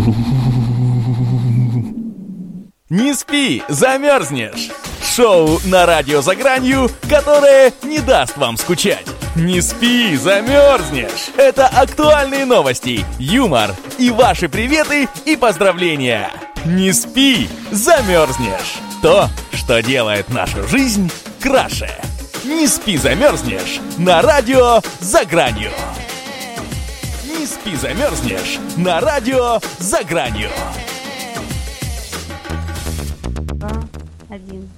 Не спи, замерзнешь! Шоу на радио «За гранью», которое не даст вам скучать. Не спи, замерзнешь! Это актуальные новости, юмор и ваши приветы и поздравления. Не спи, замерзнешь! То, что делает нашу жизнь краше. Не спи, замерзнешь! На радио «За гранью». Не спи, замерзнешь! На радио «За гранью». 2, 1.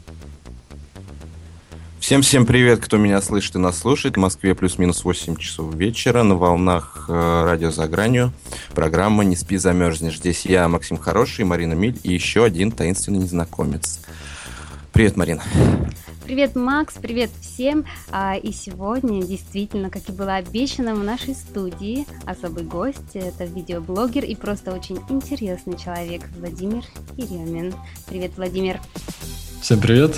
Всем привет, кто меня слышит и нас слушает. В Москве плюс-минус 8 часов вечера. На волнах радио «За гранью». Программа «Не спи, замерзнешь». Здесь я, Максим Хороший, Марина Миль и еще один таинственный незнакомец. Привет, Марина. Привет, Макс, привет всем. И сегодня, действительно, как и было обещано, в нашей студии особый гость. Это видеоблогер и просто очень интересный человек Владимир Еремин. Привет, Владимир. Всем привет.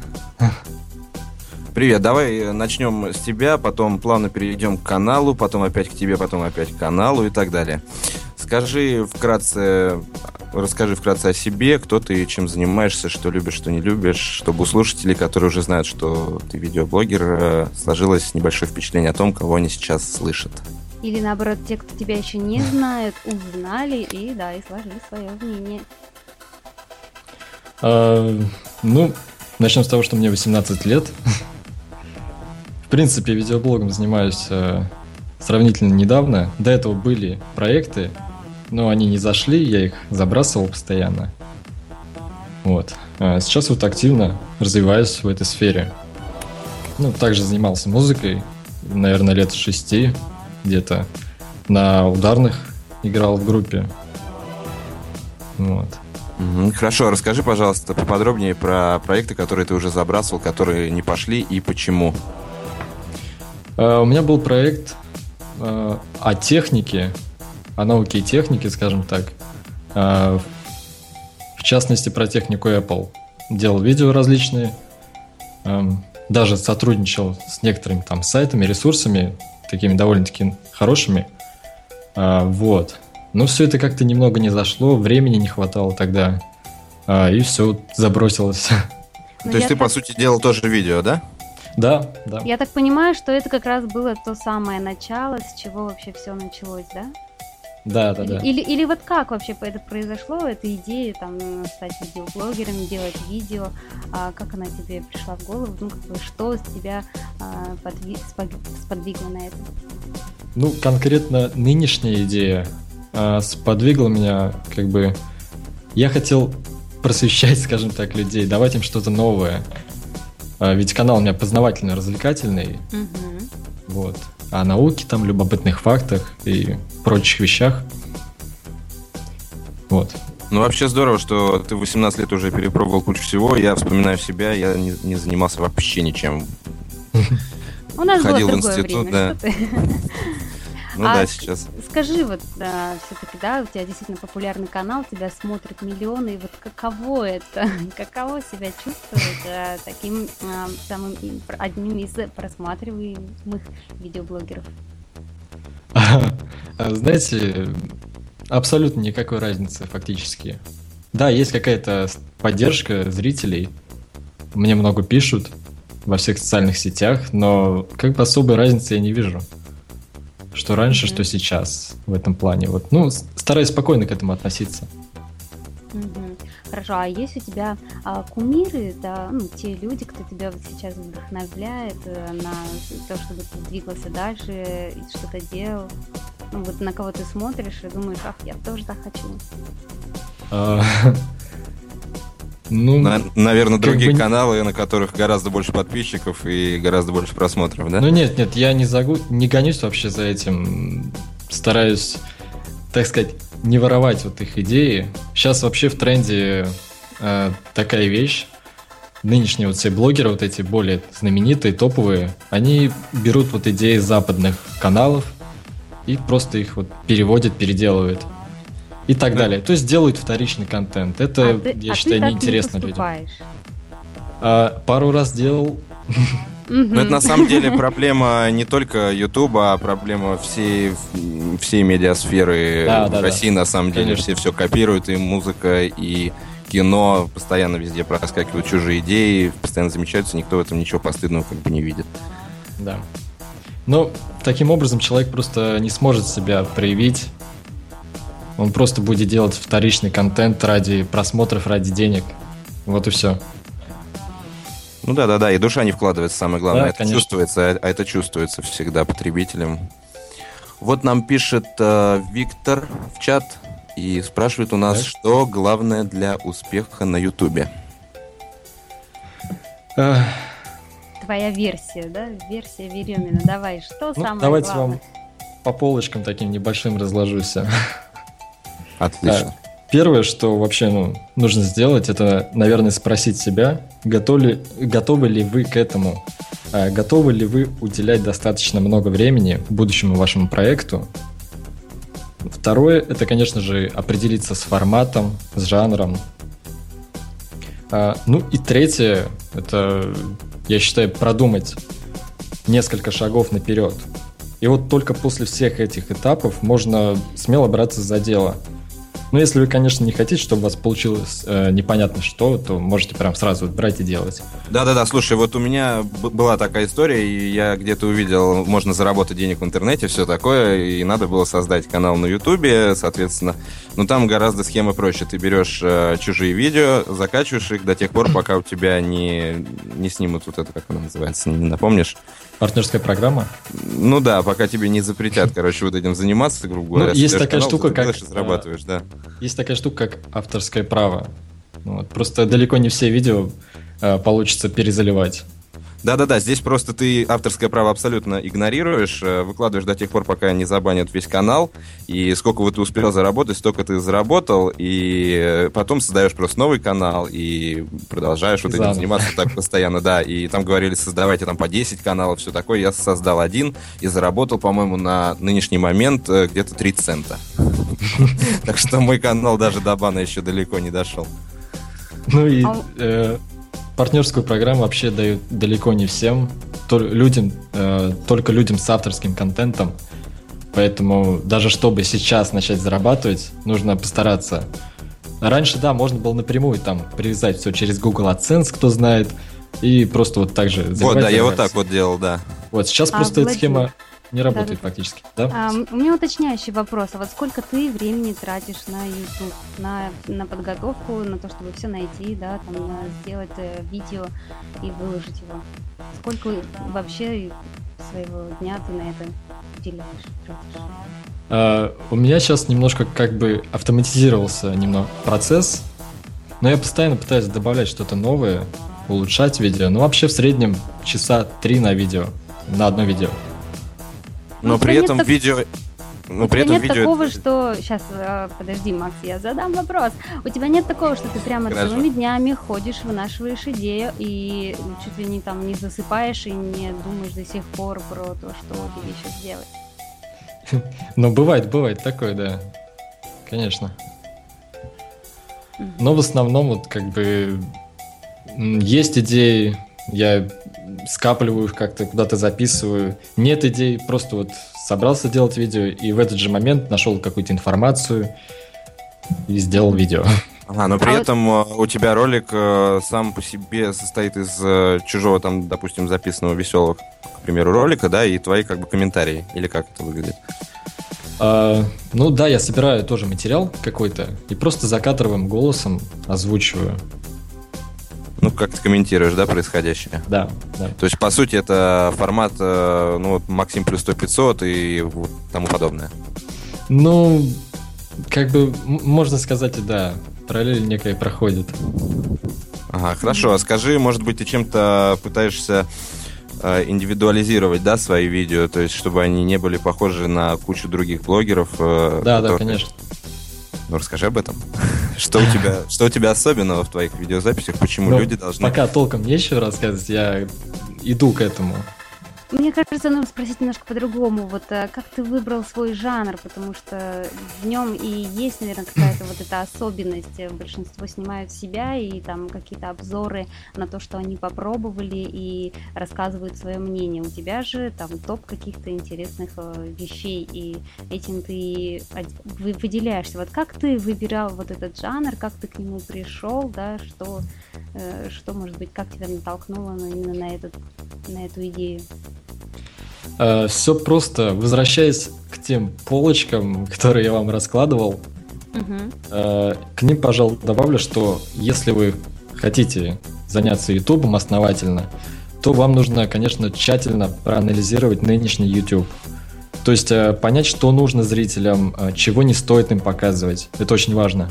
Привет, давай начнем с тебя, потом плавно перейдем к каналу, потом опять к тебе, потом опять к каналу и так далее. Расскажи вкратце о себе, кто ты, чем занимаешься, что любишь, что не любишь, чтобы у слушателей, которые уже знают, что ты видеоблогер, сложилось небольшое впечатление о том, кого они сейчас слышат. Или наоборот, те, кто тебя еще не знают, узнали и сложили свое мнение. Начнем с того, что мне 18 лет. В принципе, видеоблогом занимаюсь сравнительно недавно. До этого были проекты, но они не зашли, я их забрасывал постоянно. Вот. Сейчас вот активно развиваюсь в этой сфере. Также занимался музыкой, наверное, лет 6 где-то. На ударных играл в группе. Вот. Хорошо, расскажи, пожалуйста, поподробнее про проекты, которые ты уже забрасывал, которые не пошли и почему. У меня был проект о технике, о науке и технике, скажем так. В частности, про технику Apple. Делал видео различные, даже сотрудничал с некоторыми там сайтами, ресурсами, такими довольно-таки хорошими. Вот. Но все это как-то немного не зашло, времени не хватало тогда, и все забросилось. То есть ты, по сути, делал тоже видео, да? Да. Я так понимаю, что это как раз было то самое начало, с чего вообще все началось, да? Да. Или вот как вообще это произошло, эта идея там стать видеоблогером, делать видео, как она тебе пришла в голову, что тебя сподвигло на это? Конкретно нынешняя идея сподвигла меня, я хотел просвещать, скажем так, людей, давать им что-то новое. Ведь канал у меня познавательно-развлекательный. Вот. О науке, там, любопытных фактах и прочих вещах. Вот. Вообще здорово, что ты в 18 лет уже перепробовал кучу всего. Я вспоминаю себя, я не занимался вообще ничем. У нас ходил было в институт, время, да. Сейчас. Скажи, все-таки, у тебя действительно популярный канал, тебя смотрят миллионы, и каково это? Каково себя чувствовать таким самым одним из просматриваемых видеоблогеров? Знаете, абсолютно никакой разницы фактически. Да, есть какая-то поддержка зрителей, мне много пишут во всех социальных сетях, но особой разницы я не вижу. Что раньше, что сейчас в этом плане. Стараюсь спокойно к этому относиться. Хорошо, а есть у тебя кумиры, те люди, кто тебя сейчас вдохновляет на то, чтобы ты двигался дальше и что-то делал? На кого ты смотришь и думаешь, я тоже так хочу. Наверное, другие каналы, на которых гораздо больше подписчиков и гораздо больше просмотров, да? Нет, я не гонюсь вообще за этим. Стараюсь, так сказать, не воровать их идеи. Сейчас вообще в тренде такая вещь. Нынешние все блогеры, эти более знаменитые, топовые, они берут идеи западных каналов и просто их переводят, переделывают. И так далее. То есть делают вторичный контент. Это, я считаю, неинтересно людям. Пару раз делал. Но это на самом деле проблема не только Ютуба, а проблема всей медиасферы в России, на самом деле. Конечно. Все копируют, и музыка, и кино, постоянно везде проскакивают чужие идеи, постоянно замечаются, никто в этом ничего постыдного как бы не видит. Да. Но таким образом человек просто не сможет себя проявить. Он просто будет делать вторичный контент ради просмотров, ради денег. Вот и все. Ну да, и душа не вкладывается, самое главное. Да, это конечно. чувствуется, а это чувствуется всегда потребителям. Вот нам пишет Виктор в чат и спрашивает у нас, что главное для успеха на Ютубе. Твоя версия, да? Версия Веремина. Давай, что самое давайте главное? вам по полочкам таким небольшим разложусь. Отлично. Первое, что вообще нужно сделать, это, наверное, спросить себя, готовы ли вы к этому, готовы ли вы уделять достаточно много времени будущему вашему проекту. Второе, это, конечно же, определиться с форматом, с жанром. И третье, это, я считаю, продумать несколько шагов наперед. И вот только после всех этих этапов можно смело браться за дело. Но если вы, конечно, не хотите, чтобы у вас получилось непонятно что, то можете прям сразу брать и делать. Да, слушай, вот у меня была такая история, и я где-то увидел, можно заработать денег в интернете, все такое, и надо было создать канал на Ютубе, соответственно. Но там гораздо схема проще. Ты берешь чужие видео, закачиваешь их до тех пор, пока у тебя не снимут вот это, как оно называется, не напомнишь? Партнерская программа? Ну да, пока тебе не запретят, вот этим заниматься, грубо говоря. Есть такая штука, как... зарабатываешь, да. Есть такая штука, как авторское право. Просто далеко не все видео получится перезаливать. Да, здесь просто ты авторское право абсолютно игнорируешь, выкладываешь до тех пор, пока не забанят весь канал, и сколько вот ты успел заработать, столько ты заработал, и потом создаешь просто новый канал, и продолжаешь вот этим заниматься так постоянно, да, и там говорили, создавайте там по 10 каналов, все такое, я создал один, и заработал, по-моему, на нынешний момент где-то 3 цента. Так что мой канал даже до бана еще далеко не дошел. Партнерскую программу вообще дают далеко не всем, только людям с авторским контентом. Поэтому даже чтобы сейчас начать зарабатывать, нужно постараться. Раньше, да, можно было напрямую там привязать все через Google AdSense, кто знает, и просто вот так же. Вот, да, я вот так вот делал, да. Вот сейчас просто эта схема не работает фактически. Да? У меня уточняющий вопрос. А вот сколько ты времени тратишь на YouTube, на подготовку, на то, чтобы все найти, да, там, сделать видео и выложить его? Сколько вообще своего дня ты на это уделяешь? У меня сейчас немножко как бы автоматизировался процесс, но я постоянно пытаюсь добавлять что-то новое, улучшать видео. Но вообще в среднем часа 3 на одно видео. Но при этом видео... У тебя нет такого, что... Сейчас, подожди, Макс, я задам вопрос. У тебя нет такого, что ты прямо целыми днями ходишь, вынашиваешь идею и чуть ли не засыпаешь и не думаешь до сих пор про то, что тебе еще сделать? Ну, бывает такое, да. Конечно. Но в основном вот как бы есть идеи, я скапливаю их как-то, куда-то записываю. Нет идей, просто вот собрался делать видео и в этот же момент нашел какую-то информацию и сделал видео. Но при этом у тебя ролик сам по себе состоит из чужого, там, допустим, записанного веселого, к примеру, ролика, да, и твои как бы комментарии, или как это выглядит? Ну да, я собираю тоже материал какой-то и просто закадровым голосом озвучиваю. Ну, как ты комментируешь, да, происходящее? Да. То есть, по сути, это формат, Максим плюс 100-500 и вот тому подобное. Ну, как бы, можно сказать, да, параллель некая проходит. Ага, хорошо. А скажи, может быть, ты чем-то пытаешься индивидуализировать, да, свои видео, то есть, чтобы они не были похожи на кучу других блогеров? Да, конечно. Ну, расскажи об этом. Что у тебя особенного в твоих видеозаписях? Почему люди должны... Пока толком нечего рассказывать, я иду к этому. Мне кажется, нужно спросить немножко по-другому. Вот как ты выбрал свой жанр? Потому что в нем и есть, наверное, какая-то вот эта особенность. Большинство снимают себя и там какие-то обзоры на то, что они попробовали, и рассказывают свое мнение. У тебя же там топ каких-то интересных вещей, и этим ты выделяешься. Вот как ты выбирал вот этот жанр, как ты к нему пришел, да, что может быть, как тебя натолкнуло именно на эту идею? Все просто. Возвращаясь к тем полочкам, которые я вам раскладывал, к ним, пожалуй, добавлю, что если вы хотите заняться Ютубом основательно, то вам нужно, конечно, тщательно проанализировать нынешний YouTube. То есть понять, что нужно зрителям, чего не стоит им показывать. Это очень важно.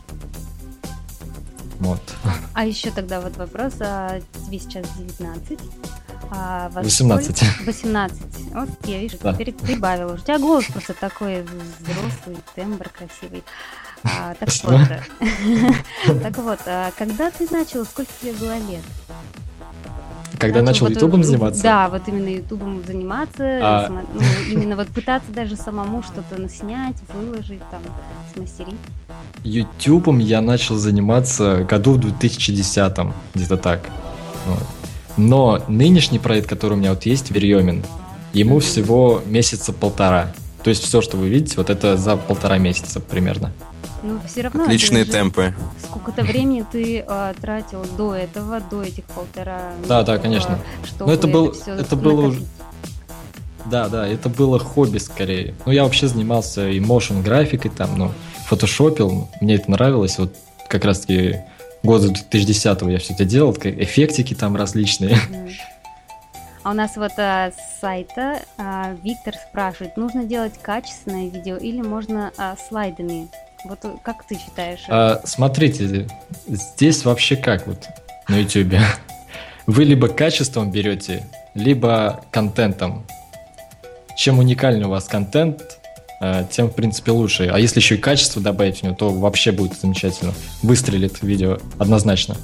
Вот. А еще тогда вот вопрос, тебе сейчас 19? 18. 18. Вот я вижу, да. Теперь прибавила. У тебя голос просто такой взрослый, тембр красивый. Так вот, когда ты начал, сколько тебе было лет? Когда я начал ютубом заниматься? Да, вот именно ютубом заниматься, именно вот пытаться даже самому что-то снять, выложить, там, смастерить. Ютубом я начал заниматься году в 2010-м, где-то так. Вот. Но нынешний проект, который у меня вот есть, Верьемин, ему всего месяца полтора. То есть все, что вы видите, вот это за 1,5 месяца примерно. Ну, все равно. Отличные темпы. Сколько-то времени ты тратил до этого, до этих 1,5 месяца? Да, конечно. Чтобы это было уже. Да, это было хобби скорее. Ну, я вообще занимался и motion графикой, там, фотошопил, мне это нравилось. Вот как раз-таки года 2010-го я все это делал, эффектики там различные. А у нас вот с сайта Виктор спрашивает, нужно делать качественное видео или можно слайдами? Вот как ты считаешь? Смотрите, здесь вообще как вот на YouTube? Вы либо качеством берете, либо контентом. Чем уникальнее у вас контент, тем, в принципе, лучше. А если еще и качество добавить в него, то вообще будет замечательно. Выстрелит видео однозначно.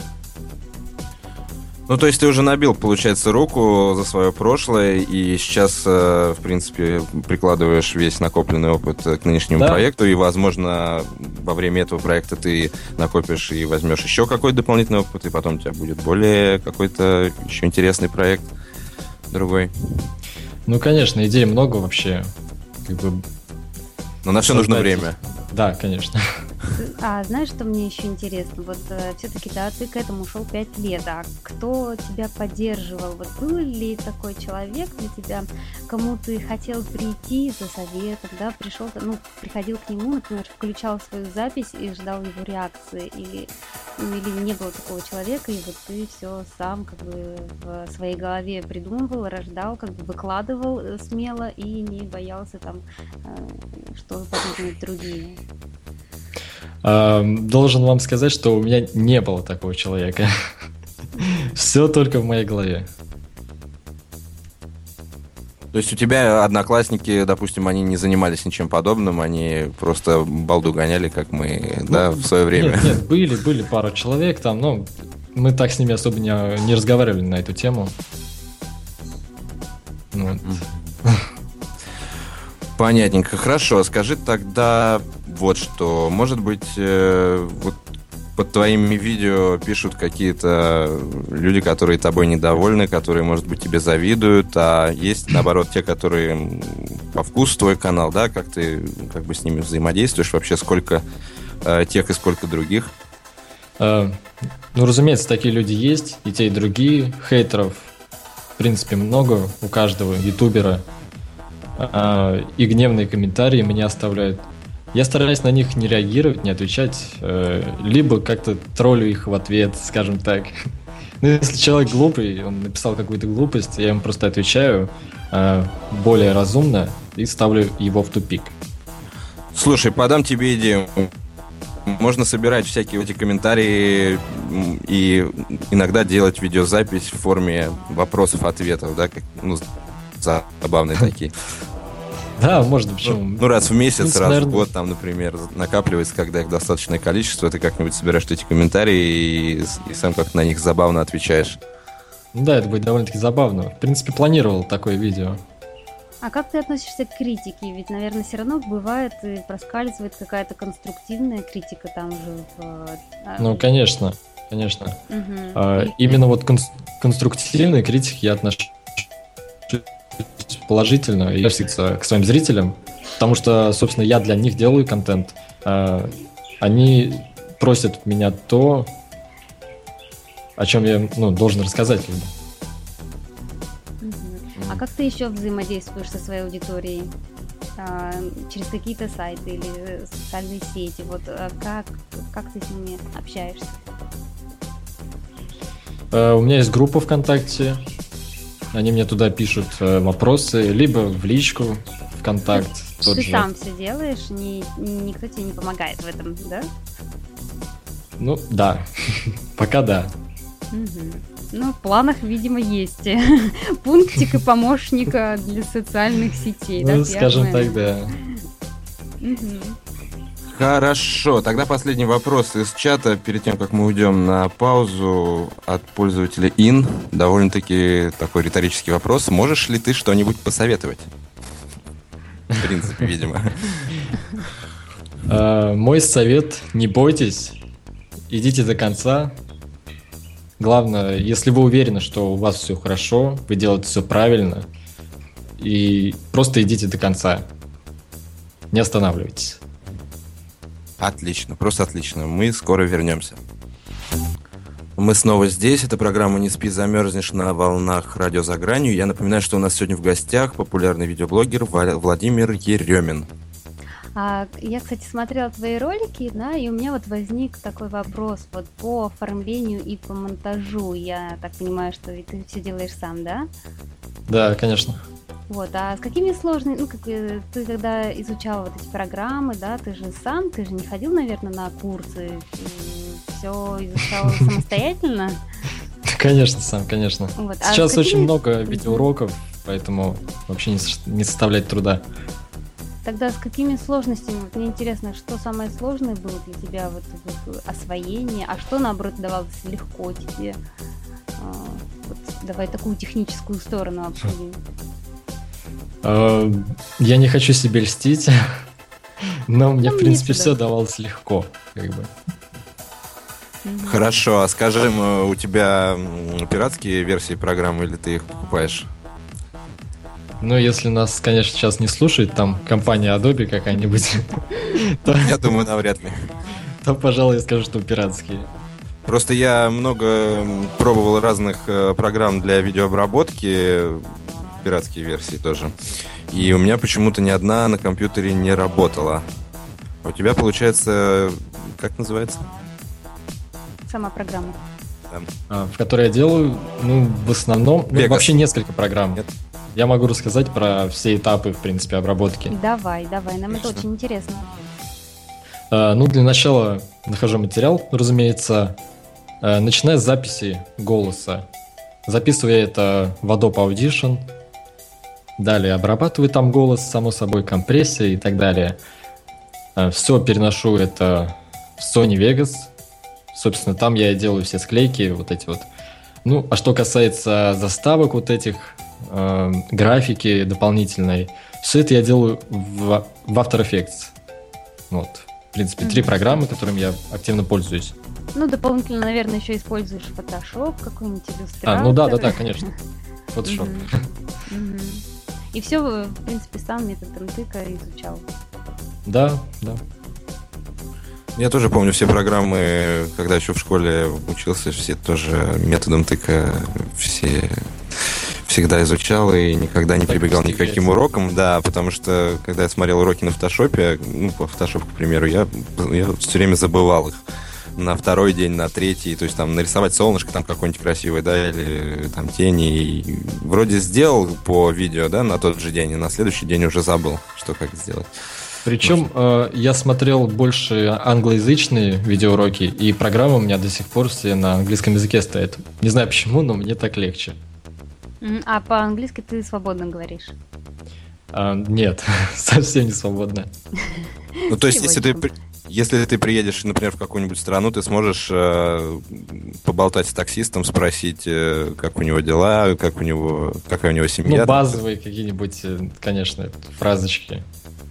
Ну, то есть ты уже набил, получается, руку за свое прошлое, и сейчас, в принципе, прикладываешь весь накопленный опыт к нынешнему проекту, и, возможно, во время этого проекта ты накопишь и возьмешь еще какой-то дополнительный опыт, и потом у тебя будет более какой-то еще интересный проект другой. Ну, конечно, идей много вообще. Но на все нужно время. Да, конечно. А знаешь, что мне еще интересно? Вот все-таки, да, ты к этому шел 5 лет, а кто тебя поддерживал? Вот был ли такой человек для тебя, кому ты хотел прийти за советом, да, приходил к нему, например, включал свою запись и ждал его реакции, или не было такого человека, и вот ты все сам как бы в своей голове придумывал, рождал, как бы выкладывал смело и не боялся там, что подумают другие? Должен вам сказать, что у меня не было такого человека. Все только в моей голове. То есть у тебя одноклассники, допустим, они не занимались ничем подобным, они просто балду гоняли, как мы, да, в свое время? Нет, были пару человек там, но мы так с ними особо не разговаривали на эту тему. Вот. Понятненько. Хорошо, скажи тогда вот что. Может быть, вот под твоими видео пишут какие-то люди, которые тобой недовольны, которые, может быть, тебе завидуют, а есть, наоборот, те, которые по вкусу твой канал, да, как ты как бы с ними взаимодействуешь, вообще сколько тех и сколько других? Ну, разумеется, такие люди есть, и те, и другие. Хейтеров, в принципе, много у каждого ютубера. И гневные комментарии мне оставляют. Я стараюсь на них не реагировать, не отвечать, либо как-то троллю их в ответ, скажем так. Но если человек глупый, он написал какую-то глупость, я ему просто отвечаю более разумно и ставлю его в тупик. Слушай, подам тебе идею. Можно собирать всякие эти комментарии и иногда делать видеозапись в форме вопросов-ответов, да, забавные такие. Да, можно, почему? Ну, раз в месяц, раз в год, там, например, накапливается, когда их достаточное количество, ты как-нибудь собираешь эти комментарии и сам как-то на них забавно отвечаешь. Ну да, это будет довольно-таки забавно. В принципе, планировал такое видео. А как ты относишься к критике? Ведь, наверное, все равно бывает и проскальзывает какая-то конструктивная критика там же. Ну, конечно. Мгм. Именно вот конструктивной критике я отношусь положительно и относиться к своим зрителям, потому что, собственно, я для них делаю контент. Они просят меня то, о чем я должен рассказать. Мгм. А как ты еще взаимодействуешь со своей аудиторией? Через какие-то сайты или социальные сети? Вот как ты с ними общаешься? У меня есть группа ВКонтакте. Они мне туда пишут вопросы, либо в личку ВКонтакт. Ты сам все делаешь, никто тебе не помогает в этом, да? Ну, да. Пока да. Мгм. Ну, в планах, видимо, есть пунктик и помощника для социальных сетей, да? Ну, скажем первое? так, да. Мгм. Хорошо, тогда последний вопрос из чата, перед тем, как мы уйдем на паузу, от пользователя Ин. Довольно-таки такой риторический вопрос. Можешь ли ты что-нибудь посоветовать? В принципе, видимо. Мой совет: не бойтесь, идите до конца. Главное, если вы уверены, что у вас все хорошо, вы делаете все правильно, и просто идите до конца. Не останавливайтесь. Отлично, просто отлично. Мы скоро вернемся. Мы снова здесь. Это программа «Не спи, замерзнешь» на волнах радио «За гранью». Я напоминаю, что у нас сегодня в гостях популярный видеоблогер Владимир Еремин. Я, кстати, смотрела твои ролики, да, и у меня вот возник такой вопрос вот по оформлению и по монтажу. Я так понимаю, что ты все делаешь сам, да? Да, конечно. Вот, а с какими сложными, ты когда изучал вот эти программы, да, ты же не ходил, наверное, на курсы, все изучал самостоятельно? Конечно, сам, конечно. Вот, Сейчас очень много видеоуроков, поэтому вообще не составляет труда. Тогда с какими сложностями? Вот мне интересно, что самое сложное было для тебя вот освоение, а что, наоборот, давалось легко тебе? Вот, давай такую техническую сторону обсудим. Я не хочу себе льстить, но мне, в принципе, сюда. все давалось легко, как бы. Хорошо, а скажем, у тебя пиратские версии программы или ты их покупаешь? Ну, если нас, конечно, сейчас не слушает там компания Adobe какая-нибудь, Я думаю, навряд ли. то, пожалуй, я скажу, что пиратские. Просто я много пробовал разных программ для видеообработки, пиратские версии тоже. И у меня почему-то ни одна на компьютере не работала. У тебя, получается, как называется? Сама программа. В которой я делаю, в основном, Vegas. вообще несколько программ. Нет. Я могу рассказать про все этапы, в принципе, обработки. Давай, нам Конечно. это очень интересно. Для начала нахожу материал, разумеется, начиная с записи голоса. Записываю я это в Adobe Audition. Далее обрабатываю там голос, само собой, компрессия и так далее. Все переношу это в Sony Vegas. Собственно, там я делаю все склейки, вот эти вот. Ну, а что касается заставок вот этих, графики дополнительной, все это я делаю в After Effects. Вот. В принципе, 3 программы, которыми я активно пользуюсь. Ну, дополнительно, наверное, еще используешь Photoshop какой-нибудь, иллюстратор. Да, конечно. Photoshop. Мгм. И все, в принципе, сам методом тыка изучал. Да. Я тоже помню все программы, когда еще в школе учился, все тоже методом тыка всегда изучал и никогда не прибегал ни к каким урокам, да, потому что когда я смотрел уроки на фотошопе, по фотошопу, к примеру, я все время забывал их на второй день, на третий, то есть там нарисовать солнышко там какое-нибудь красивое, да, или там тени, и вроде сделал по видео, да, на тот же день, и на следующий день уже забыл, что как сделать. Причем я смотрел больше англоязычные видеоуроки, и программы у меня до сих пор все на английском языке стоят. Не знаю почему, но мне так легче. А по-английски ты свободно говоришь? Нет, совсем не свободно. Ну, то есть, если ты Если ты приедешь, например, в какую-нибудь страну, ты сможешь поболтать с таксистом, спросить, как у него дела, какая у него семья. Ну, базовые какие-нибудь, конечно, фразочки.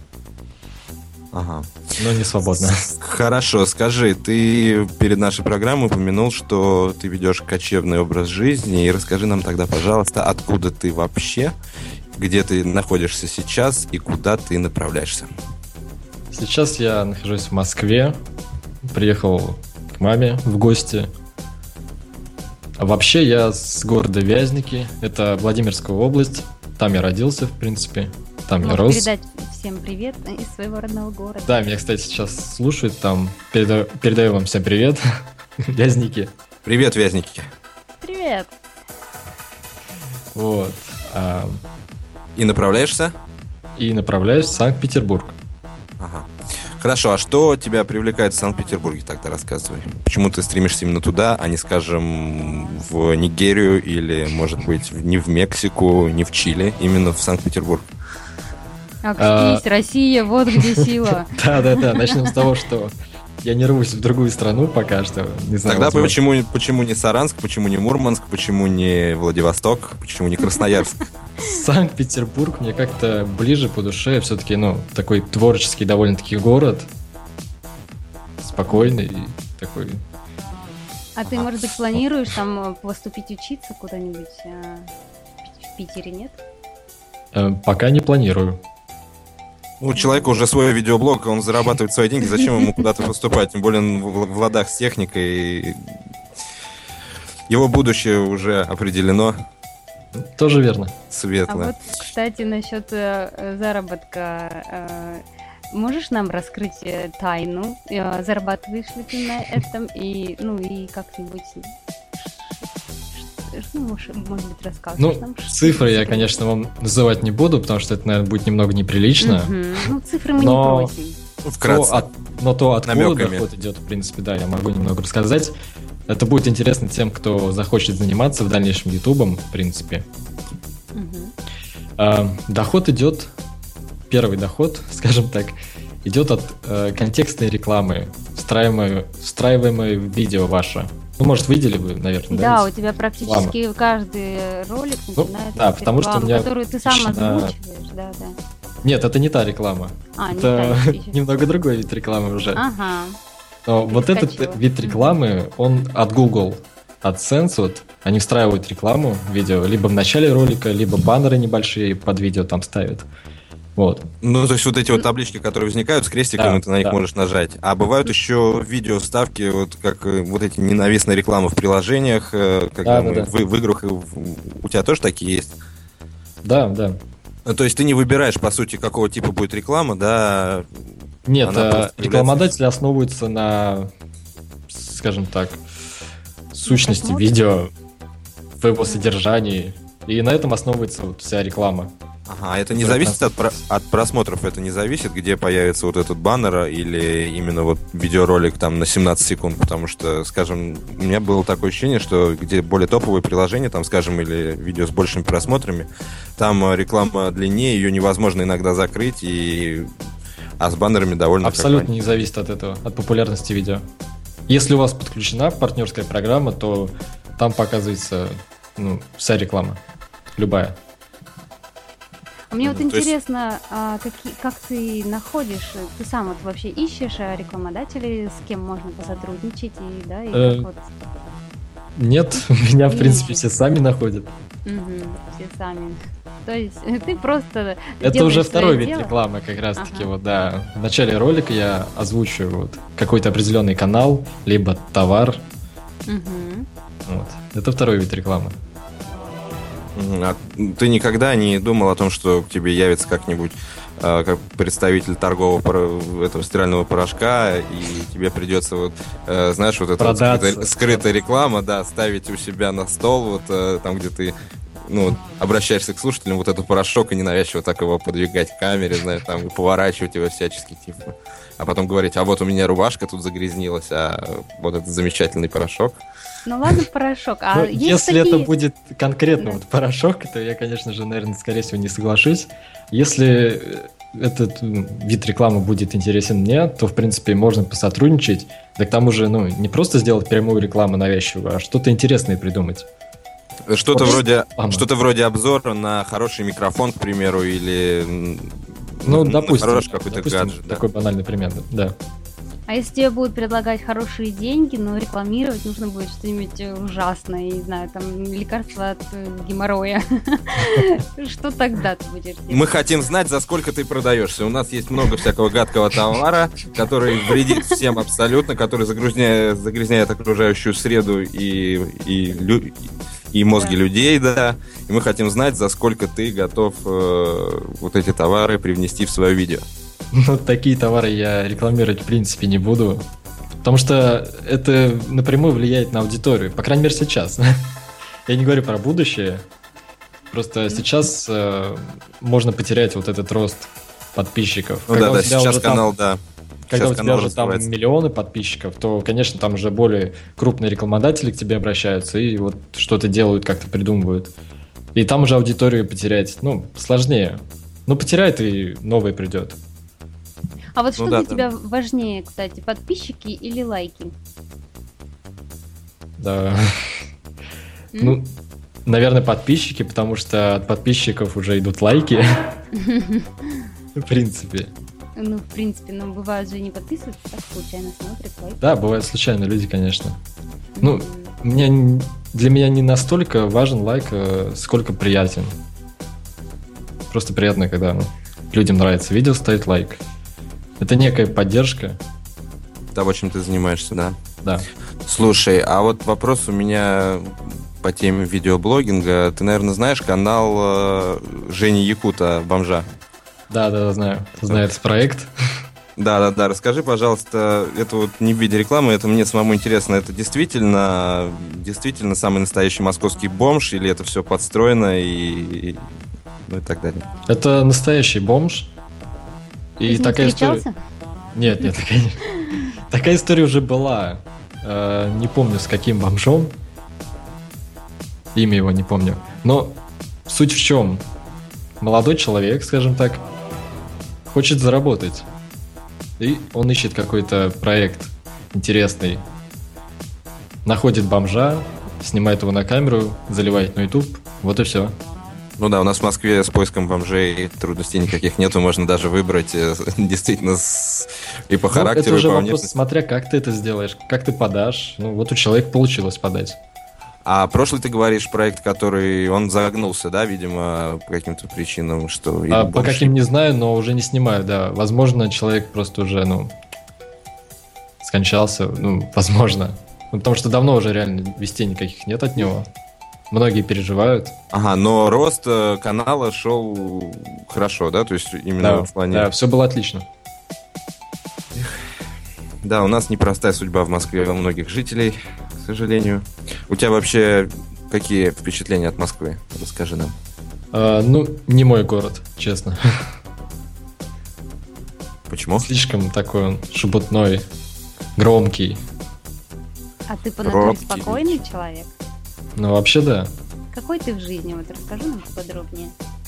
Ага. Но не свободно. Хорошо, скажи, ты перед нашей программой упомянул, что ты ведешь кочевный образ жизни, и расскажи нам тогда, пожалуйста, откуда ты вообще, где ты находишься сейчас и куда ты направляешься. Сейчас я нахожусь в Москве, приехал к маме в гости. А вообще я с города Вязники, это Владимирская область, там я родился, в принципе, там я рос. Передать всем привет из своего родного города. Да, меня, кстати, сейчас слушают там, передаю вам всем привет, Вязники. Привет, Вязники. Привет! Вот. И направляешься? И направляюсь в Санкт-Петербург. Ага. Хорошо, а что тебя привлекает в Санкт-Петербурге, тогда рассказывай. Почему ты стремишься именно туда, а не, скажем, в Нигерию или, может быть, не в Мексику, не в Чили, именно в Санкт-Петербург? Окстись, Россия, вот где сила. Да-да-да, начнем с того, что я не рвусь в другую страну пока что. Не знаю, Тогда возможно. почему не Саранск, почему не Мурманск, почему не Владивосток, почему не Красноярск? Санкт-Петербург мне как-то ближе по душе. Все-таки, такой творческий довольно-таки город. Спокойный и такой... А ты, может быть, планируешь там поступить учиться куда-нибудь в Питере, нет? Пока не планирую. У человека уже свой видеоблог, он зарабатывает свои деньги, зачем ему куда-то поступать? Тем более он в ладах с техникой. Его будущее уже определено. Тоже верно. Светлое. А вот, кстати, насчет заработка. Можешь нам раскрыть тайну? Зарабатываешь ли ты на этом? И как-нибудь... может быть, расскажешь нам? Цифры я, конечно, вам называть не буду, потому что это, наверное, будет немного неприлично. Цифры мы не просим. Вкратце. Но то, откуда намеками. доход идет, в принципе, да, я могу немного рассказать. Это будет интересно тем, кто захочет заниматься в дальнейшем ютубом, в принципе. Доход идет, первый доход, скажем так, идет от контекстной рекламы, встраиваемой в видео ваше. Может, видели вы, наверное, да? Да, у тебя практически каждый ролик начинается да, потому что у меня которую ты сам озвучиваешь, да. Нет, это не та реклама. Это не та, немного другой вид рекламы уже. Ага. Но вот этот вид рекламы, он от Google, AdSense, они встраивают рекламу в видео либо в начале ролика, либо баннеры небольшие под видео там ставят. Вот. То есть вот эти вот таблички, которые возникают с крестиками, ты на них можешь нажать. А бывают еще видео вставки, вот как вот эти ненавистные рекламы в приложениях, когда в играх. У тебя тоже такие есть? Да. То есть ты не выбираешь, по сути, какого типа будет реклама, да? Нет, рекламодатели основываются на, скажем так, сущности видео, в его содержании. И на этом основывается вот вся реклама. Ага, это не зависит от просмотров, это не зависит, где появится вот этот баннер или именно вот видеоролик там на 17 секунд, потому что, скажем, у меня было такое ощущение, что где более топовые приложения, там, скажем, или видео с большими просмотрами, там реклама длиннее, ее невозможно иногда закрыть, а с баннерами довольно... Абсолютно не зависит от этого, от популярности видео. Если у вас подключена партнерская программа, то там показывается вся реклама, любая. Мне вот интересно, как ты находишь, ты сам вот вообще ищешь рекламодателей, с кем можно посотрудничать, и как вот... Нет, меня, в принципе, все сами находят. Все сами. То есть ты просто... Это уже второй вид рекламы, как раз-таки, В начале ролика я озвучиваю какой-то определенный канал, либо товар. Это второй вид рекламы. А ты никогда не думал о том, что к тебе явится как-нибудь как представитель торгового этого стирального порошка, и тебе придется знаешь, вот эта скрытая реклама, ставить у себя на стол, там, где ты обращаешься к слушателям, вот этот порошок, и ненавязчиво так его подвигать к камере, знаешь, там, и поворачивать его всячески, типа. А потом говорить, а вот у меня рубашка тут загрязнилась, а вот этот замечательный порошок. Ладно, порошок. Если это будет конкретно порошок, то я, конечно же, наверное, скорее всего, не соглашусь. Если этот вид рекламы будет интересен мне, то, в принципе, можно посотрудничать. Да к тому же, не просто сделать прямую рекламу навязчивую, а что-то интересное придумать. Что-то Вот. вроде обзора на хороший микрофон, к примеру, или Допустим, хороший какой-то гаджет. Да. такой банальный пример, да. А если тебе будут предлагать хорошие деньги, но рекламировать нужно будет что-нибудь ужасное, я не знаю, там лекарство от геморроя. Что тогда ты будешь делать? Мы хотим знать, за сколько ты продаешься. У нас есть много всякого гадкого товара, который вредит всем абсолютно, который загрязняет окружающую среду и мозги людей, да. И мы хотим знать, за сколько ты готов вот эти товары привнести в свое видео. Такие товары я рекламировать в принципе не буду, потому что это напрямую влияет на аудиторию, по крайней мере сейчас. Я не говорю про будущее, просто сейчас можно потерять вот этот рост подписчиков. Сейчас канал, да. Когда Сейчас у тебя канал уже там развивается. миллионы подписчиков, то, конечно, там уже более крупные рекламодатели к тебе обращаются и вот что-то делают, как-то придумывают. И там уже аудиторию потерять, сложнее. Потеряет и новый придет. А вот что да, для тебя важнее, кстати, подписчики или лайки? Да. Наверное, подписчики, потому что от подписчиков уже идут лайки. В принципе. В принципе, бывают же не подписываются, так случайно смотрят, лайк. Да, бывают случайные люди, конечно. Для меня не настолько важен лайк, сколько приятен. Просто приятно, когда людям нравится видео, ставить лайк. Это некая поддержка. Того, чем ты занимаешься, да? Да. Слушай, а вот вопрос у меня по теме видеоблогинга. Ты, наверное, знаешь канал Жени Якута, бомжа? Да, знаю. Знаю этот проект. Да. Расскажи, пожалуйста, это вот не в виде рекламы, это мне самому интересно. Это действительно самый настоящий московский бомж, или это все подстроено и так далее? Это настоящий бомж. Ты с ним встречался? Нет, конечно. Такая история уже была. Не помню, с каким бомжом. Имя его не помню. Но суть в чем? Молодой человек, скажем так, хочет заработать. И он ищет какой-то проект интересный. Находит бомжа, снимает его на камеру, заливает на YouTube. Вот и все. У нас в Москве с поиском бомжей трудностей никаких нету, можно даже выбрать действительно и по характеру, это уже и по вопрос, внешности. смотря как ты это сделаешь, как ты подашь. Вот у человека получилось подать. А прошлый, ты говоришь, проект, который он загнулся, да, видимо, по каким-то причинам, что... По каким не знаю, но уже не снимаю, да. Возможно, человек просто уже, скончался, возможно. Потому что давно уже реально вестей никаких нет от него. Многие переживают. Ага, но рост канала шел хорошо, да? То есть именно в плане... Да, все было отлично. Да, у нас непростая судьба в Москве у многих жителей, к сожалению. У тебя вообще какие впечатления от Москвы? Расскажи нам. Не мой город, честно. Почему? Слишком такой он шебутной, громкий. А ты по натуре спокойный человек? Вообще да. Какой ты в жизни? Вот расскажи нам подробнее.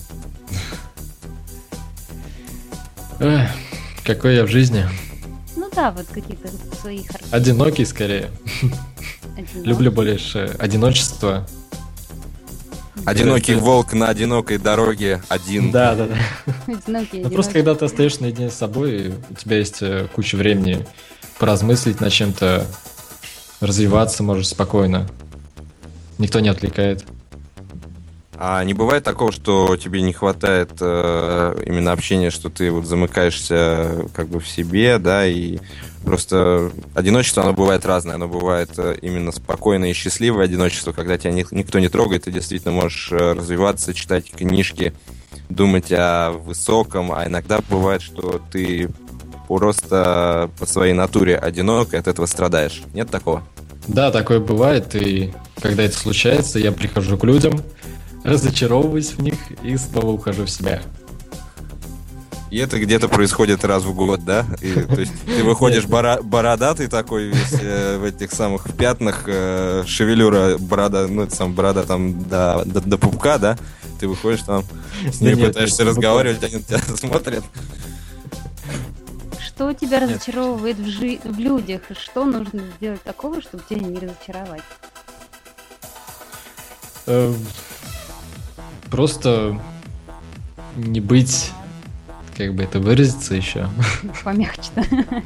Какой я в жизни? Вот какие-то свои характеристики. Одинокий скорее. Люблю больше одиночество. Одинокий волк на одинокой дороге один. Да. Одинокий. Просто когда ты остаешься наедине с собой, у тебя есть куча времени поразмыслить над чем-то, развиваться можешь спокойно. Никто не отвлекает. А не бывает такого, что тебе не хватает именно общения, что ты вот замыкаешься как бы в себе, да, и просто одиночество, оно бывает разное. Оно бывает именно спокойное и счастливое одиночество, когда тебя никто не трогает, ты действительно можешь развиваться, читать книжки, думать о высоком, а иногда бывает, что ты просто по своей натуре одинок и от этого страдаешь. Нет такого? Да, такое бывает, и когда это случается, я прихожу к людям, разочаровываюсь в них и снова ухожу в себя. И это где-то происходит раз в год, да? То есть ты выходишь бородатый такой весь в этих самых пятнах, шевелюра, борода, ну это сам борода там до пупка, да? Ты выходишь там, с ними пытаешься разговаривать, они на тебя смотрят. Что тебя разочаровывает в людях? Что нужно сделать такого, чтобы тебя не разочаровать? Просто не быть, как бы это выразиться еще. Помягче-то.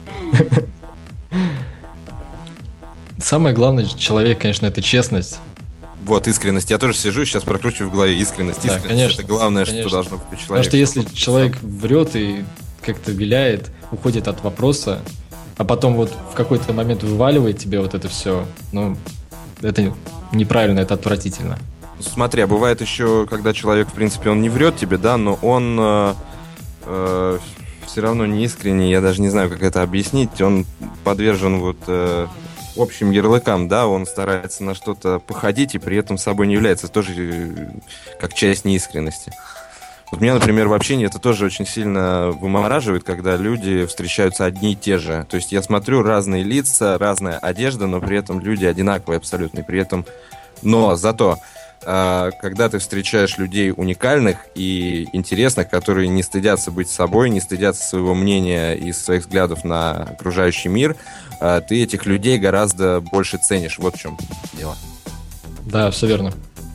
Самое главное человек, конечно, это честность. Вот, искренность. Я тоже сижу и сейчас прокручиваю в голове искренность. Да, Искренность конечно, это главное, конечно. что должно быть у человека. Потому что если человек врет и как-то виляет, уходит от вопроса, а потом вот в какой-то момент вываливает тебе вот это все, ну, это неправильно, это отвратительно. Смотри, а бывает еще, когда человек, в принципе, он не врет тебе, да, но он все равно не искренний, я даже не знаю, как это объяснить, он подвержен вот общим ярлыкам, да, он старается на что-то походить и при этом собой не является, тоже как часть неискренности. Вот меня, например, в общении это тоже очень сильно вымораживает, когда люди встречаются одни и те же. То есть я смотрю разные лица, разная одежда, но при этом люди одинаковые абсолютно. Но зато, когда ты встречаешь людей уникальных и интересных, которые не стыдятся быть собой, не стыдятся своего мнения и своих взглядов на окружающий мир, ты этих людей гораздо больше ценишь. Вот в чем дело. Да, все верно.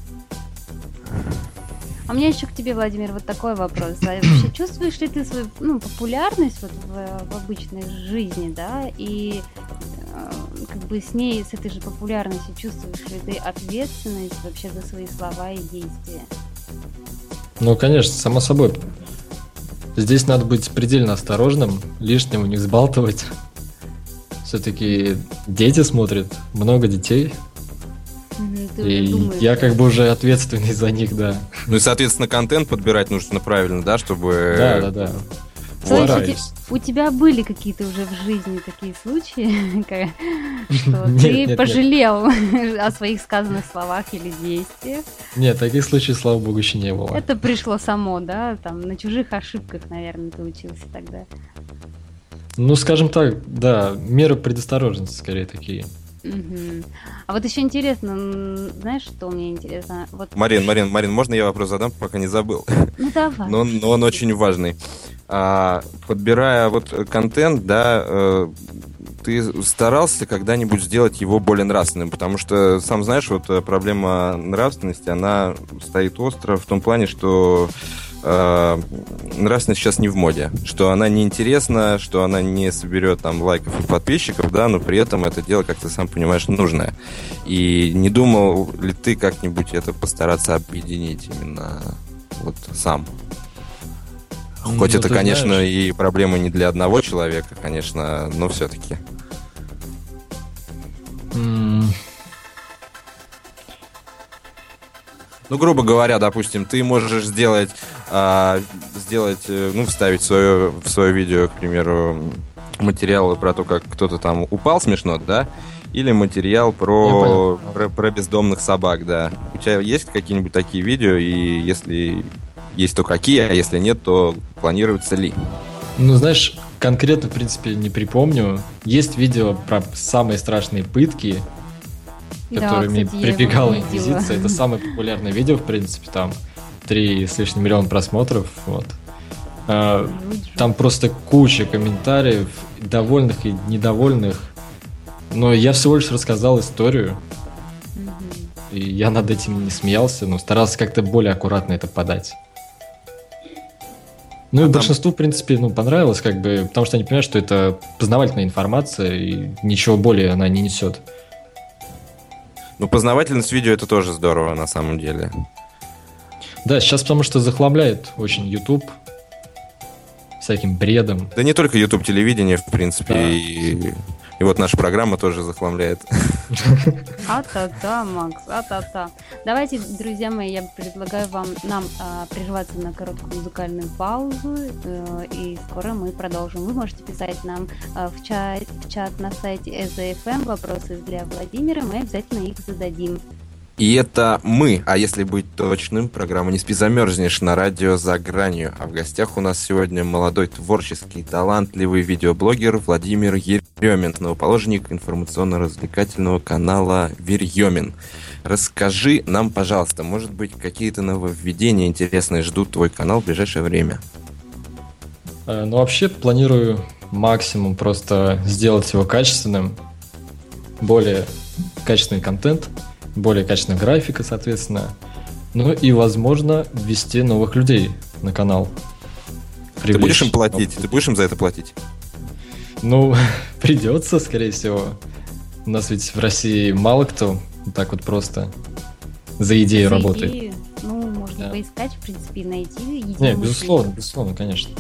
А у меня еще к тебе, Владимир, вот такой вопрос. А вообще чувствуешь ли ты свою популярность вот в обычной жизни, да, и как бы с этой же популярностью чувствуешь ли ты ответственность вообще за свои слова и действия? Ну, конечно, само собой. Здесь надо быть предельно осторожным, лишнего не взбалтывать. Все-таки дети смотрят, много детей. И думаешь, я как бы уже ответственный за них, да. Ну и, соответственно, контент подбирать нужно правильно, да, чтобы... Да. Слушай, у тебя были какие-то уже в жизни такие случаи, что ты пожалел о своих сказанных словах или действиях? Нет, таких случаев, слава богу, еще не было. Это пришло само, да? Там на чужих ошибках, наверное, ты учился тогда. Ну, скажем так, да, меры предосторожности скорее такие. Угу. А вот еще интересно, знаешь, что мне интересно? Вот... Марин, можно я вопрос задам, пока не забыл? Ну, давай. Но он очень важный. Подбирая вот контент, да, ты старался когда-нибудь сделать его более нравственным? Потому что, сам знаешь, вот проблема нравственности, она стоит остро в том плане, что нравственность сейчас не в моде, что она неинтересна, что она не соберет там лайков и подписчиков, да, но при этом это дело, как ты сам понимаешь, нужное. И не думал ли ты как-нибудь это постараться объединить именно вот сам? Хоть это, конечно, знаешь, и проблема не для одного человека, конечно, но все-таки. Ну, грубо говоря, допустим, ты можешь вставить в свое видео, к примеру, материалы про то, как кто-то там упал смешно, да? Или материал про бездомных собак, да. У тебя есть какие-нибудь такие видео, и если есть, то какие, а если нет, то планируются ли? Ну, знаешь, конкретно, в принципе, не припомню. Есть видео про самые страшные пытки, которыми прибегала Инквизиция. Это самое популярное видео, в принципе, там 3 с лишним миллиона просмотров. Вот. Там просто куча комментариев, довольных и недовольных. Но я всего лишь рассказал историю. И я над этим не смеялся, но старался как-то более аккуратно это подать. Ну и большинству, в принципе, понравилось, как бы, потому что они понимают, что это познавательная информация, и ничего более она не несет. Ну, познавательность видео — это тоже здорово, на самом деле. Да, сейчас потому что захламляет очень YouTube всяким бредом. Да не только YouTube, телевидение, в принципе, да. И вот наша программа тоже захламляет. А-та-та, Макс, а-та-та. Давайте, друзья мои, я предлагаю нам прерваться на короткую музыкальную паузу, и скоро мы продолжим. Вы можете писать нам в чат на сайте SAFM вопросы для Владимира, мы обязательно их зададим. И это мы, а если быть точным, программа «Не спи, замерзнешь» на радио «За гранью». А в гостях у нас сегодня молодой, творческий, талантливый видеоблогер Владимир Еремин, основоположник информационно-развлекательного канала «Вирьемин». Расскажи нам, пожалуйста, может быть, какие-то нововведения интересные ждут твой канал в ближайшее время? Ну, вообще, планирую максимум просто сделать его качественным, более качественный контент, более качественная графика, соответственно. Ну и, возможно, ввести новых людей на канал. Ты будешь им платить? Ты будешь им за это платить? Ну, придется, скорее всего. У нас ведь в России мало кто так вот просто за идею работает. Ну, можно поискать, в принципе, и найти идею. Не, безусловно, конечно.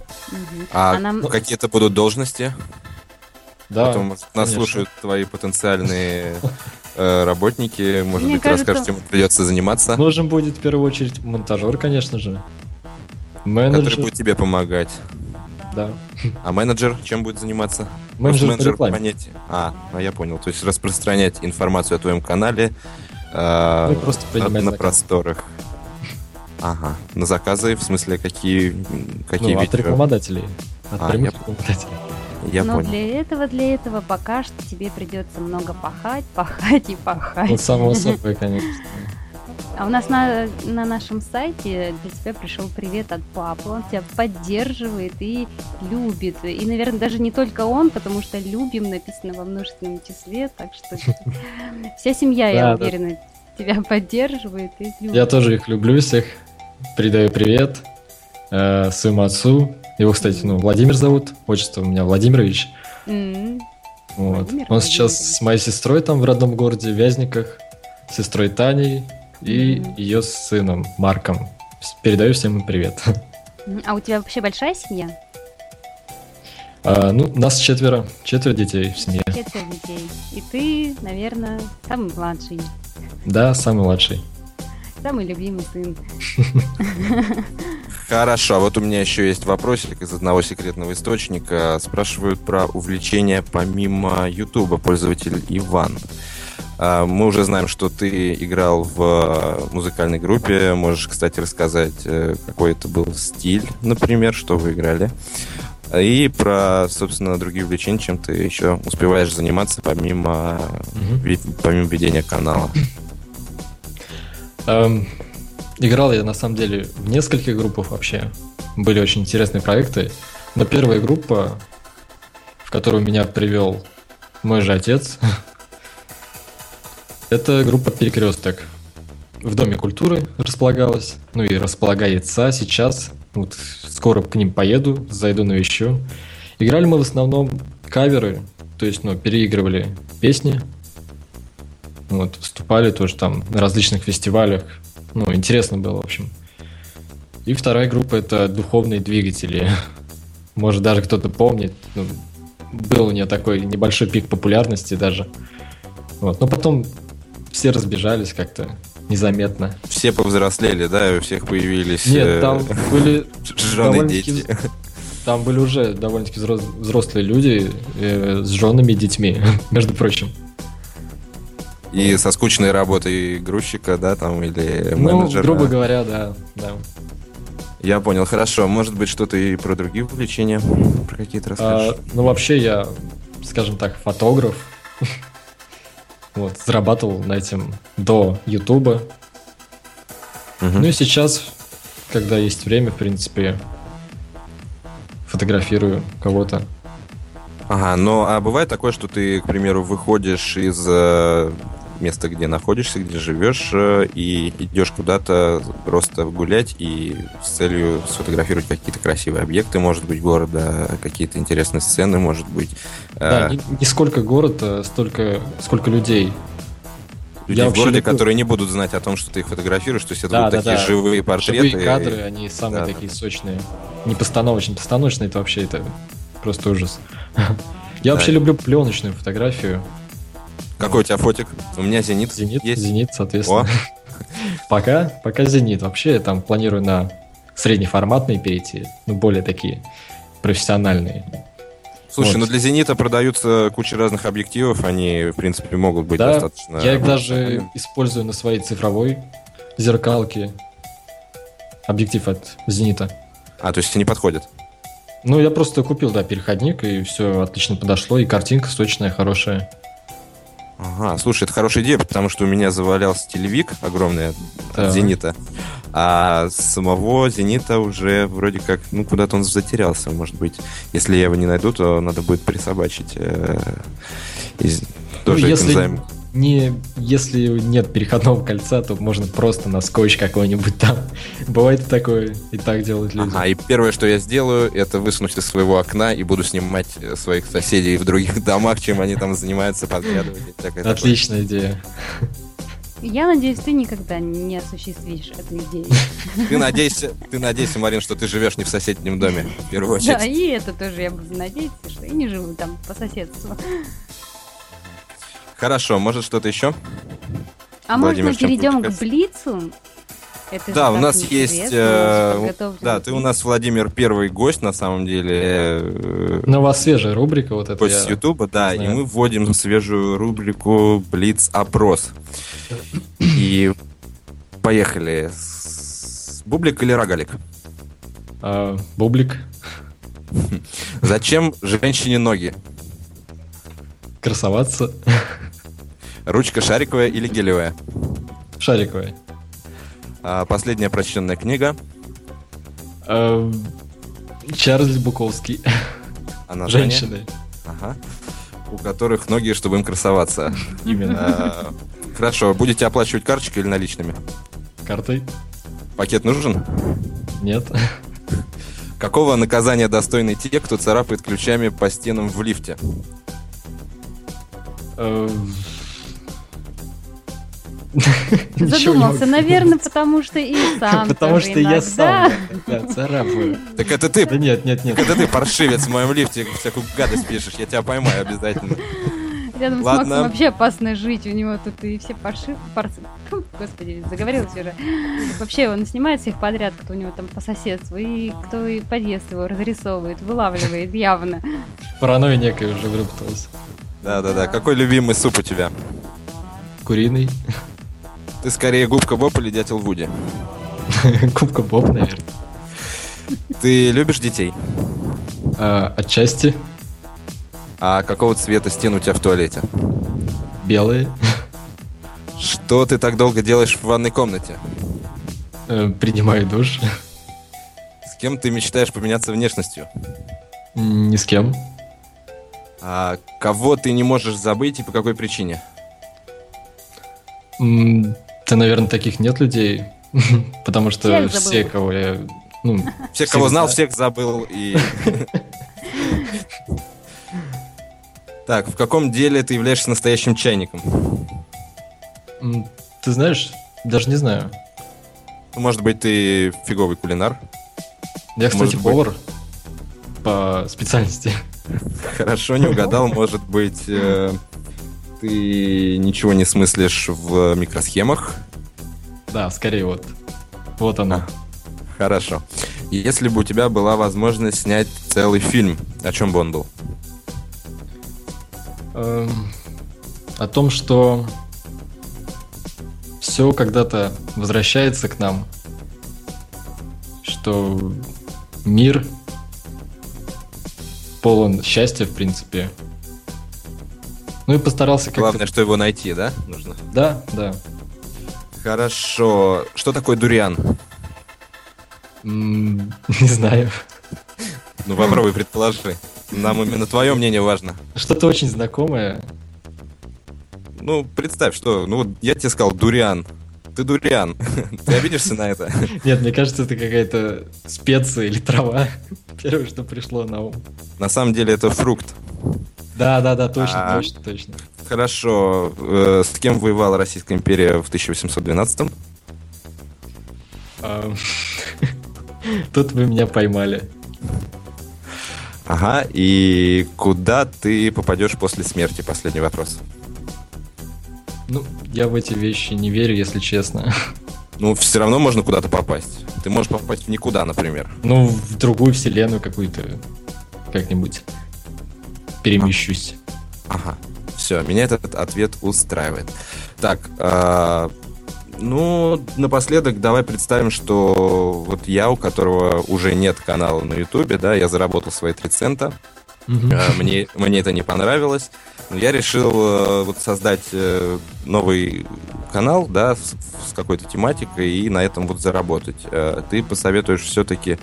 А какие-то будут должности? Да, потом нас конечно. слушают твои потенциальные работники. Может Мне быть, кажется, расскажешь, чем придется заниматься? Нужен будет в первую очередь монтажер, конечно же. Менеджер. Который будет тебе помогать. Да. А менеджер чем будет заниматься? Менеджер по рекламе. понять. Я понял. То есть распространять информацию о твоем канале Ну, просто принимать на заказы. просторах. Ага. На заказы, в смысле, какие Ну, от видео? рекламодателей. От прямых я- рекламодателей. Я Но понял. для этого пока что тебе придется много пахать и пахать. Ну, само собой, конечно. А у нас на нашем сайте для тебя пришел привет от папы. Он тебя поддерживает и любит. И, наверное, даже не только он, потому что «любим» написано во множественном числе. Так что вся семья, я Да. уверена, тебя поддерживает и любит. Я тоже их люблю всех. Передаю привет своему отцу. Его, кстати, Владимир зовут. Отчество у меня Владимирович. М. Вот. Владимир Он сейчас Владимирович. с моей сестрой там в родном городе, в Вязниках, с сестрой Таней и ее сыном Марком. Передаю всем им привет. А у тебя вообще большая семья? Нас четверо детей в семье. 4 детей. И ты, наверное, самый младший, Да, самый младший. самый любимый сын. Хорошо, а вот у меня еще есть вопросик из одного секретного источника. Спрашивают про увлечение помимо Ютуба, пользователь Иван. Мы уже знаем, что ты играл в музыкальной группе. Можешь, кстати, рассказать, какой это был стиль, например, что вы играли. И про, собственно, другие увлечения, чем ты еще успеваешь заниматься помимо ведения канала. Играл я, на самом деле, в нескольких группах вообще. Были очень интересные проекты. Но первая группа, в которую меня привел мой же отец, это группа «Перекресток». В Доме культуры располагалась, и располагается сейчас. Вот скоро к ним поеду, зайду навещу. Играли мы в основном каверы, то есть, переигрывали песни. Вот, выступали тоже там на различных фестивалях. Интересно было, в общем. И вторая группа — это «Духовные двигатели». Может, даже кто-то помнит. Был у нее такой небольшой пик популярности даже. Вот. Но потом все разбежались как-то незаметно. Все повзрослели, да, и у всех появились Нет, там были жены, довольно-таки дети. Там были уже довольно-таки взрослые люди с женами и детьми, между прочим. И со скучной работой грузчика, да, там, или менеджера. Грубо говоря, да. Я понял, хорошо. Может быть, что-то и про другие увлечения, про какие-то расскажешь? Вообще я, скажем так, фотограф. Вот, зарабатывал на этом до Ютуба. Ну и сейчас, когда есть время, в принципе, фотографирую кого-то. Ага, а бывает такое, что ты, к примеру, выходишь из места, где находишься, где живешь, и идешь куда-то просто гулять и с целью сфотографировать какие-то красивые объекты, может быть, города, какие-то интересные сцены, может быть. Да, не сколько город, а сколько людей. Людей Я в городе, люблю... которые не будут знать о том, что ты их фотографируешь, то есть это будут такие да. живые портреты. Живые кадры, они самые такие сочные. Не постановочные. Постановочные — это вообще просто ужас. Я вообще люблю пленочную фотографию. Какой у тебя фотик? У меня «Зенит». Зенит, соответственно. Пока «Зенит». Вообще я там планирую на среднеформатные перейти, более такие профессиональные. Слушай, Вот. ну для «Зенита» продаются куча разных объективов, они, в принципе, могут быть Да, достаточно... я их даже использую на своей цифровой зеркалке. Объектив от «Зенита». А, то есть они подходят? Ну, я просто купил, да, переходник, и все отлично подошло, и картинка сочная, хорошая. Ага, слушай, это хорошая идея, потому что у меня завалялся телевик огромный от Так. «Зенита», а самого «Зенита» уже вроде как, ну, куда-то он затерялся, может быть. Если я его не найду, то надо будет присобачить. Тоже этим займу. Если нет переходного кольца, то можно просто на скотч какой-нибудь там. Бывает такое, и так делают люди. Ага, и первое, что я сделаю, это высунусь из своего окна и буду снимать своих соседей в других домах, чем они там занимаются, подглядывать. и всякое такое. Отличная идея. Я надеюсь, ты никогда не осуществишь эту идею. Ты надейся, Марин, что ты живешь не в соседнем доме, в первую очередь. Да, и это тоже я буду надеяться, что я не живу там по соседству. Хорошо, может что-то еще? А Владимир, можно чем перейдем к увлекается? Блицу? Это же Да, у так нас есть... интересно, подготовленный Да, ты у нас, Владимир, первый гость, на самом деле, Но у вас свежая рубрика, вот это гость с я Ютуба, да, и знаю. мы вводим свежую рубрику «Блиц-опрос». И поехали. Бублик или рогалик? Бублик, Зачем женщине ноги? красоваться, Ручка шариковая или гелевая? шариковая. Последняя прочтенная книга. Чарльз Буковский. А название? Женщины. Ага. У которых ноги, чтобы им красоваться. Именно. Хорошо, будете оплачивать карточкой или наличными? Картой? Пакет нужен? Нет. Какого наказания достойны те, кто царапает ключами по стенам в лифте? Ничего не Задумался, могу. наверное, потому что и сам Потому тоже что я сам иногда. царапаю. Так это ты, Да нет. это ты, паршивец, в моем лифте всякую гадость пишешь, я тебя поймаю обязательно. Рядом с Ладно. Максом вообще опасно жить. У него тут и все Господи, заговорилась уже. Вообще он снимает всех подряд, кто у него там по соседству, и кто и подъезд его разрисовывает, вылавливает явно. Паранойя некая уже выработалась. Да-да-да, какой любимый суп у тебя? Куриный. Ты скорее губка Боб или дятел Вуди? Кубка Боб, наверное. Ты любишь детей? Отчасти А какого цвета стены у тебя в туалете? белые. Что ты так долго делаешь в ванной комнате? Принимаю душ. С кем ты мечтаешь поменяться внешностью? Ни с кем. А кого ты не можешь забыть и по какой причине? Да, наверное, таких нет людей. Потому что Всех забыл. все, кого я... Всех, кого знал, знаю. всех забыл. И... Так, в каком деле ты являешься настоящим чайником? Ты знаешь, даже не знаю. Может быть, ты фиговый кулинар? Я, кстати, Может быть. повар по специальности. Хорошо, не угадал. Может быть, ты ничего не смыслишь в микросхемах? Да, скорее вот. Вот оно. Хорошо. Если бы у тебя была возможность снять целый фильм, о чем бы он был? О том, что все когда-то возвращается к нам, что мир полон счастья, в принципе. Ну и постарался как-то... Главное, что его найти, да? Нужно. Да. Хорошо. Что такое дуриан? Не знаю. Ну, попробуй предположи. Нам именно твое мнение важно. Что-то очень знакомое. Ну, представь, что... Ну, вот я тебе сказал дуриан. Ты дуриан. Ты обидишься на это? Нет, мне кажется, это какая-то специя или трава. Первое, что пришло на ум. На самом деле это фрукт. Да, точно. Хорошо. С кем воевала Российская империя в 1812-м? Тут вы меня поймали. Ага. И куда ты попадешь после смерти? Последний вопрос. Ну, я в эти вещи не верю, если честно. Ну, все равно можно куда-то попасть. Ты можешь попасть в никуда, например. Ну, в другую вселенную какую-то. Как-нибудь. перемещусь. Ага, все, меня этот ответ устраивает. Так, напоследок давай представим, что вот я, у которого уже нет канала на Ютубе, да, я заработал свои 3 цента, мне это не понравилось, но я решил создать новый канал, да, с какой-то тематикой и на этом вот заработать. Ты посоветуешь все-таки,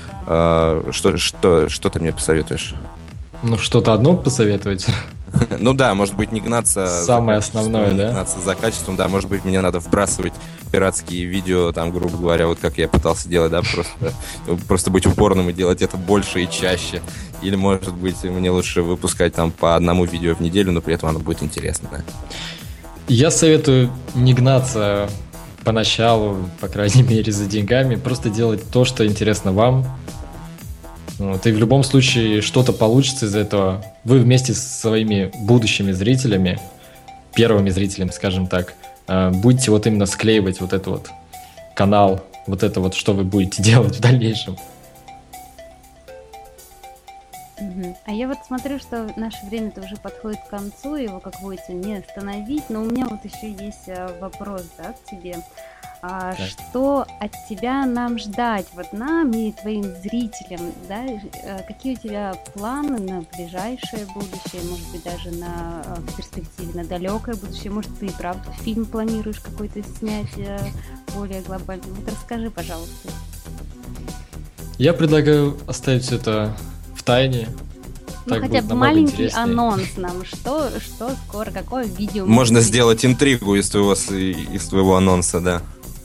что ты мне посоветуешь? Ну, что-то одно посоветовать? Ну да, может быть, не гнаться... Самое основное, да? Не гнаться за качеством, да. Может быть, мне надо вбрасывать пиратские видео, там, грубо говоря, вот как я пытался делать, да, просто быть упорным и делать это больше и чаще. Или, может быть, мне лучше выпускать там по одному видео в неделю, но при этом оно будет интересно, да. Я советую не гнаться поначалу, по крайней мере, за деньгами. Просто делать то, что интересно вам. Вот, и в любом случае что-то получится из этого. Вы вместе со своими будущими зрителями, первыми зрителями, скажем так, будете вот именно склеивать вот этот вот канал, вот это вот, что вы будете делать в дальнейшем. А я вот смотрю, что наше время-то уже подходит к концу, его, как водится, не остановить, но у меня вот еще есть вопрос, да, к тебе. Что от тебя нам ждать, вот нам и твоим зрителям, да? Какие у тебя планы на ближайшее будущее, может быть, даже в перспективе на далекое будущее, может, ты и правда фильм планируешь какой-то снять более глобальный? Вот расскажи, пожалуйста. Я предлагаю оставить все это в тайне. Ну, хотя бы маленький анонс нам, что скоро, какое видео... Можно сделать интригу из твоего анонса, да.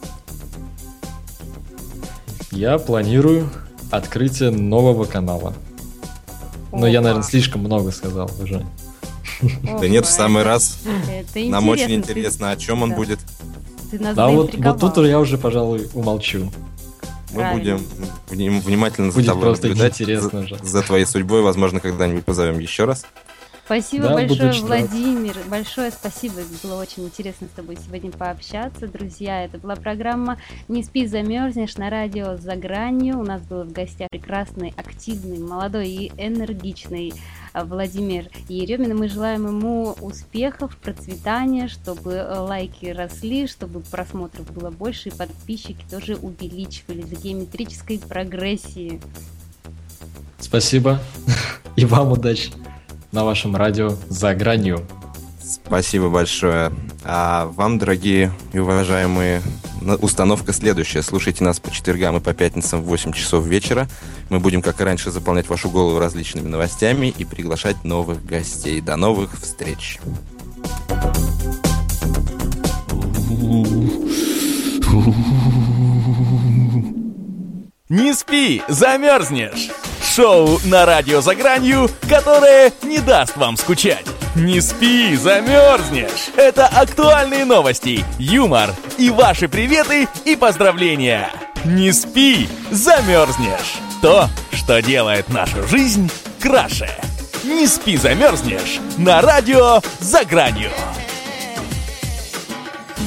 Я планирую открытие нового канала. Но я, наверное, слишком много сказал уже. Да нет, в самый раз. Нам очень интересно, о чем он будет. Да, вот тут я уже, пожалуй, умолчу. Мы будем внимательно за тобой наблюдать, за твоей судьбой. Возможно, когда-нибудь позовем еще раз. Спасибо большое, Владимир. Большое спасибо. Было очень интересно с тобой сегодня пообщаться. Друзья, это была программа «Не спи, замерзнешь» на радио «За гранью». У нас был в гостях прекрасный, активный, молодой и энергичный Владимир Еремин. Мы желаем ему успехов, процветания, чтобы лайки росли, чтобы просмотров было больше и подписчики тоже увеличивались в геометрической прогрессии. Спасибо. И вам удачи на вашем радио «За гранью». Спасибо большое. А вам, дорогие и уважаемые, установка следующая. Слушайте нас по четвергам и по пятницам в 8 часов вечера. Мы будем, как и раньше, заполнять вашу голову различными новостями и приглашать новых гостей. До новых встреч. Не спи, замерзнешь! Шоу на радио «За гранью», которое не даст вам скучать. Не спи, замерзнешь! Это актуальные новости, юмор и ваши приветы и поздравления. Не спи, замерзнешь! То, что делает нашу жизнь краше. Не спи, замерзнешь! На радио «За гранью».